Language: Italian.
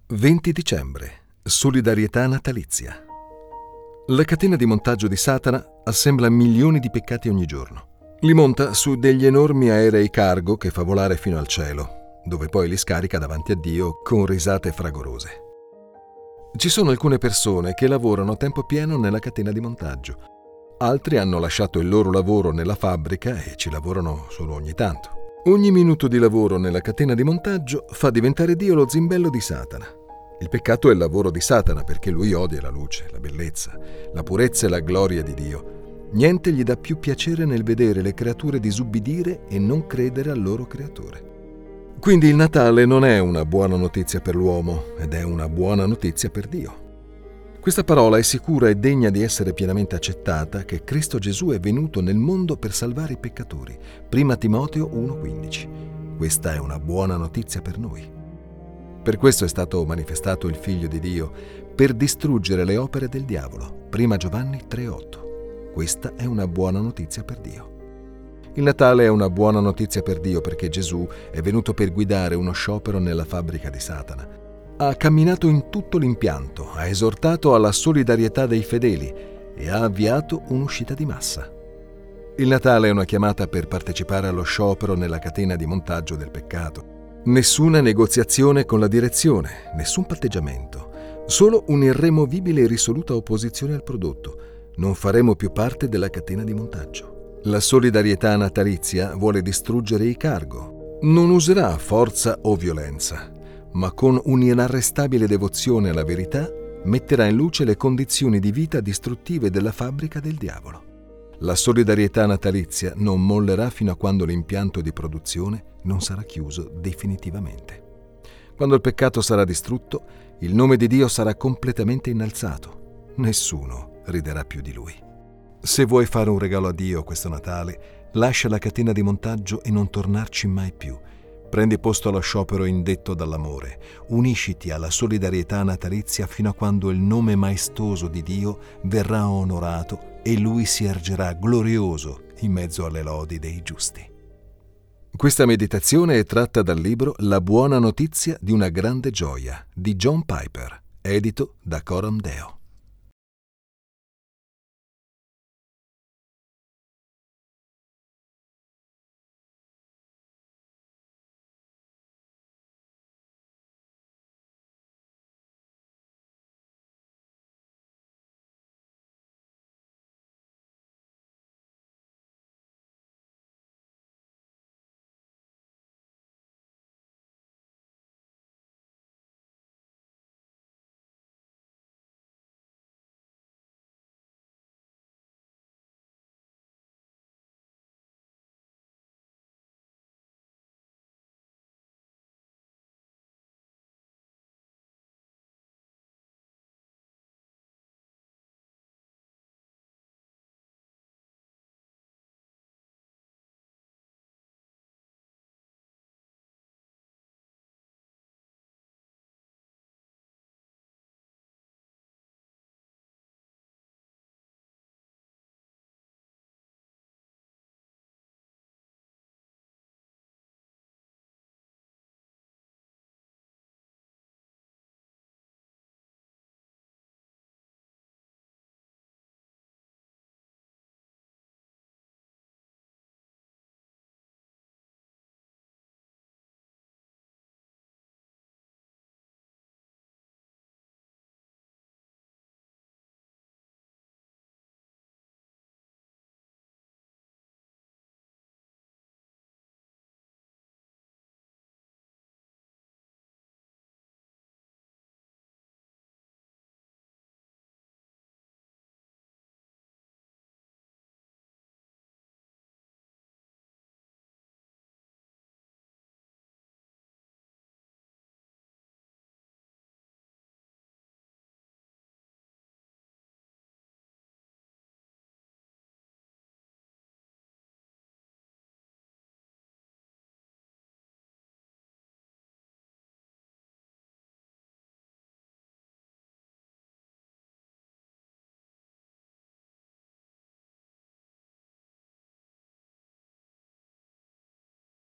20 dicembre. Solidarietà natalizia. La catena di montaggio di Satana assembla milioni di peccati ogni giorno. Li monta su degli enormi aerei cargo che fa volare fino al cielo, dove poi li scarica davanti a Dio con risate fragorose. Ci sono alcune persone che lavorano a tempo pieno nella catena di montaggio. Altri hanno lasciato il loro lavoro nella fabbrica e ci lavorano solo ogni tanto. Ogni minuto di lavoro nella catena di montaggio fa diventare Dio lo zimbello di Satana. Il peccato è il lavoro di Satana perché lui odia la luce, la bellezza, la purezza e la gloria di Dio. Niente gli dà più piacere nel vedere le creature disubbidire e non credere al loro creatore. Quindi il Natale non è una buona notizia per l'uomo ed è una buona notizia per Dio. Questa parola è sicura e degna di essere pienamente accettata che Cristo Gesù è venuto nel mondo per salvare i peccatori. 1 Timoteo 1,15. Questa è una buona notizia per noi. Per questo è stato manifestato il Figlio di Dio, per distruggere le opere del diavolo. 1 Giovanni 3,8. Questa è una buona notizia per Dio. Il Natale è una buona notizia per Dio perché Gesù è venuto per guidare uno sciopero nella fabbrica di Satana. Ha camminato in tutto l'impianto, ha esortato alla solidarietà dei fedeli e ha avviato un'uscita di massa. Il Natale è una chiamata per partecipare allo sciopero nella catena di montaggio del peccato. Nessuna negoziazione con la direzione, nessun patteggiamento, solo un'irremovibile e risoluta opposizione al prodotto. Non faremo più parte della catena di montaggio. La solidarietà natalizia vuole distruggere i cargo. Non userà forza o violenza, ma con un'inarrestabile devozione alla verità metterà in luce le condizioni di vita distruttive della fabbrica del diavolo. La solidarietà natalizia non mollerà fino a quando l'impianto di produzione non sarà chiuso definitivamente. Quando il peccato sarà distrutto, il nome di Dio sarà completamente innalzato. Nessuno riderà più di lui. Se vuoi fare un regalo a Dio questo Natale, lascia la catena di montaggio e non tornarci mai più. Prendi posto allo sciopero indetto dall'amore. Unisciti alla solidarietà natalizia fino a quando il nome maestoso di Dio verrà onorato e lui si ergerà glorioso in mezzo alle lodi dei giusti. Questa meditazione è tratta dal libro La buona notizia di una grande gioia di John Piper, edito da Coram Deo.